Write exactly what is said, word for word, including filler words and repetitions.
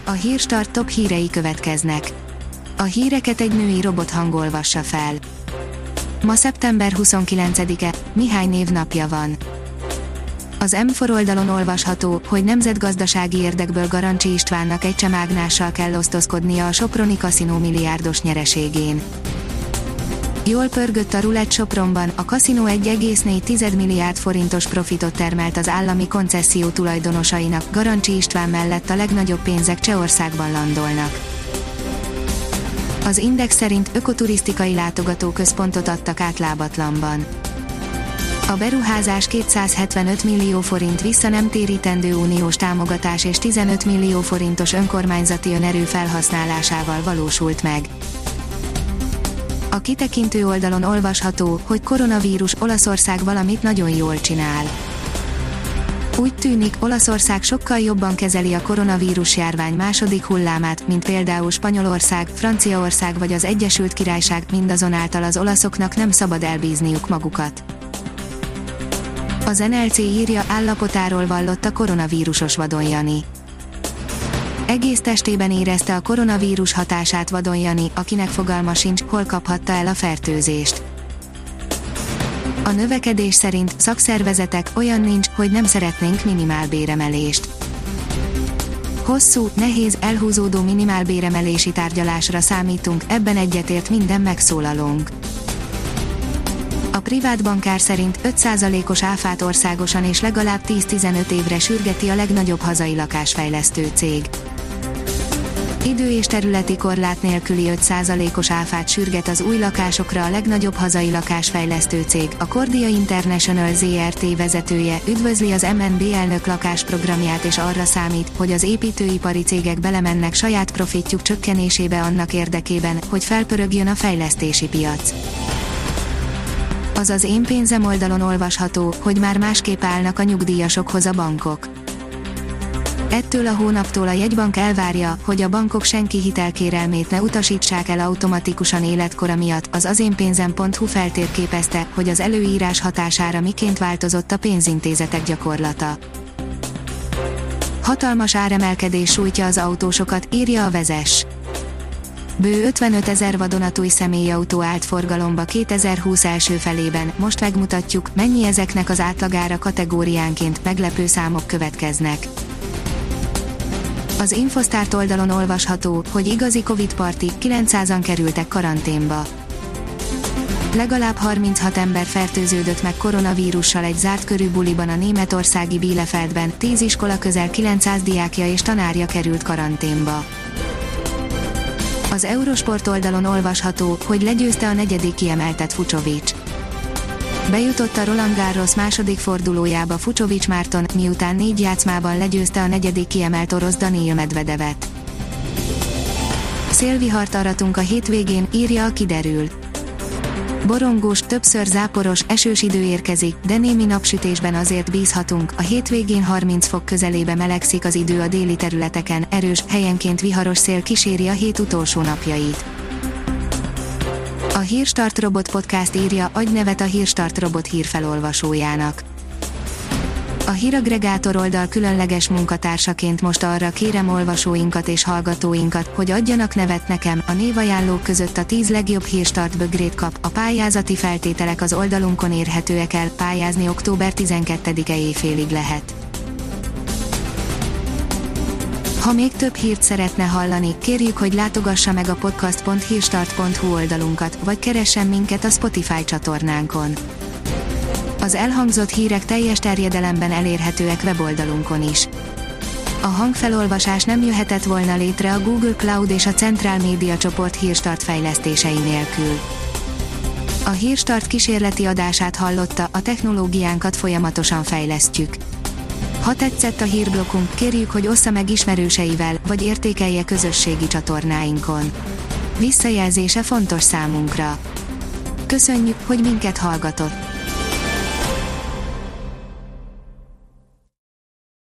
A Hírstart top hírei következnek. A híreket egy női robothang olvassa fel. Ma szeptember huszonkilencedike, Mihály névnapja van. Az em négy oldalon olvasható, hogy nemzetgazdasági érdekből Garancsi Istvánnak egy csemágnással kell osztozkodnia a soproni kaszinó milliárdos nyereségén. Jól pörgött a rulett Sopronban, a kaszinó egy egész négy milliárd forintos profitot termelt az állami koncesszió tulajdonosainak, Garancsi István mellett a legnagyobb pénzek Csehországban landolnak. Az Index szerint ökoturisztikai látogatóközpontot adtak át lábatlanban. A beruházás kétszázhetvenöt millió forint visszanemtérítendő uniós támogatás és tizenöt millió forintos önkormányzati önerő felhasználásával valósult meg. A kitekintő oldalon olvasható, hogy koronavírus, Olaszország valamit nagyon jól csinál. Úgy tűnik, Olaszország sokkal jobban kezeli a koronavírus járvány második hullámát, mint például Spanyolország, Franciaország vagy az Egyesült Királyság, mindazonáltal az olaszoknak nem szabad elbízniuk magukat. Az en el cé írja, állapotáról vallott a koronavírusos Vadon Jani. Egész testében érezte a koronavírus hatását Vadon Jani, akinek fogalma sincs, hol kaphatta el a fertőzést. A növekedés szerint szakszervezetek, olyan nincs, hogy nem szeretnénk minimálbéremelést. Hosszú, nehéz, elhúzódó minimálbéremelési tárgyalásra számítunk, ebben egyetért minden megszólalónk. A privát bankár szerint öt százalékos áfát országosan és legalább tíz-tizenöt évre sürgeti a legnagyobb hazai lakásfejlesztő cég. Idő- és területi korlát nélküli öt százalékos áfát sürget az új lakásokra a legnagyobb hazai lakásfejlesztő cég, a Cordia International zé er té vezetője, üdvözli az em en bé elnök lakásprogramját és arra számít, hogy az építőipari cégek belemennek saját profitjuk csökkenésébe annak érdekében, hogy felpörögjön a fejlesztési piac. Az az Én pénzem oldalon olvasható, hogy már másképp állnak a nyugdíjasokhoz a bankok. Ettől a hónaptól a jegybank elvárja, hogy a bankok senki hitelkérelmét ne utasítsák el automatikusan életkora miatt. Az azénpénzem pont hu feltérképezte, hogy az előírás hatására miként változott a pénzintézetek gyakorlata. Hatalmas áremelkedés sújtja az autósokat, írja a Vezess. Bő ötvenöt ezer vadonatúj személyautó állt forgalomba kétezer-húsz első felében, most megmutatjuk, mennyi ezeknek az átlagára kategóriánként, meglepő számok következnek. Az Infosztárt oldalon olvasható, hogy igazi Covid parti, kilencszázan kerültek karanténba. Legalább harminchat ember fertőződött meg koronavírussal egy zárt körű buliban a németországi Bielefeldben, tíz iskola közel kilencszáz diákja és tanárja került karanténba. Az Eurosport oldalon olvasható, hogy legyőzte a negyedik kiemeltet Fucsovics. Bejutott a Roland Garros második fordulójába Fucsovics Márton, miután négy játszmában legyőzte a negyedik kiemelt orosz Daniil Medvedevet. Szélvihart aratunk a hétvégén, írja a Kiderül. Borongós, többször záporos, esős idő érkezik, de némi napsütésben azért bízhatunk, a hétvégén harminc fok közelébe melegszik az idő a déli területeken, erős, helyenként viharos szél kíséri a hét utolsó napjait. A Hírstart Robot Podcast írja, adj nevet a Hírstart Robot hírfelolvasójának. A híraggregátor oldal különleges munkatársaként most arra kérem olvasóinkat és hallgatóinkat, hogy adjanak nevet nekem, a névajánlók között a tíz legjobb Hírstart bögrét kap, a pályázati feltételek az oldalunkon érhetőek el, pályázni október tizenkettedike éjfélig lehet. Ha még több hírt szeretne hallani, kérjük, hogy látogassa meg a podcast pont hírstart pont hu oldalunkat, vagy keressen minket a Spotify csatornánkon. Az elhangzott hírek teljes terjedelemben elérhetőek weboldalunkon is. A hangfelolvasás nem jöhetett volna létre a Google Cloud és a Central Media csoport Hírstart fejlesztései nélkül. A Hírstart kísérleti adását hallotta, a technológiánkat folyamatosan fejlesztjük. Ha tetszett a hírblokkunk, kérjük, hogy ossza meg ismerőseivel, vagy értékelje közösségi csatornáinkon. Visszajelzése fontos számunkra. Köszönjük, hogy minket hallgatott!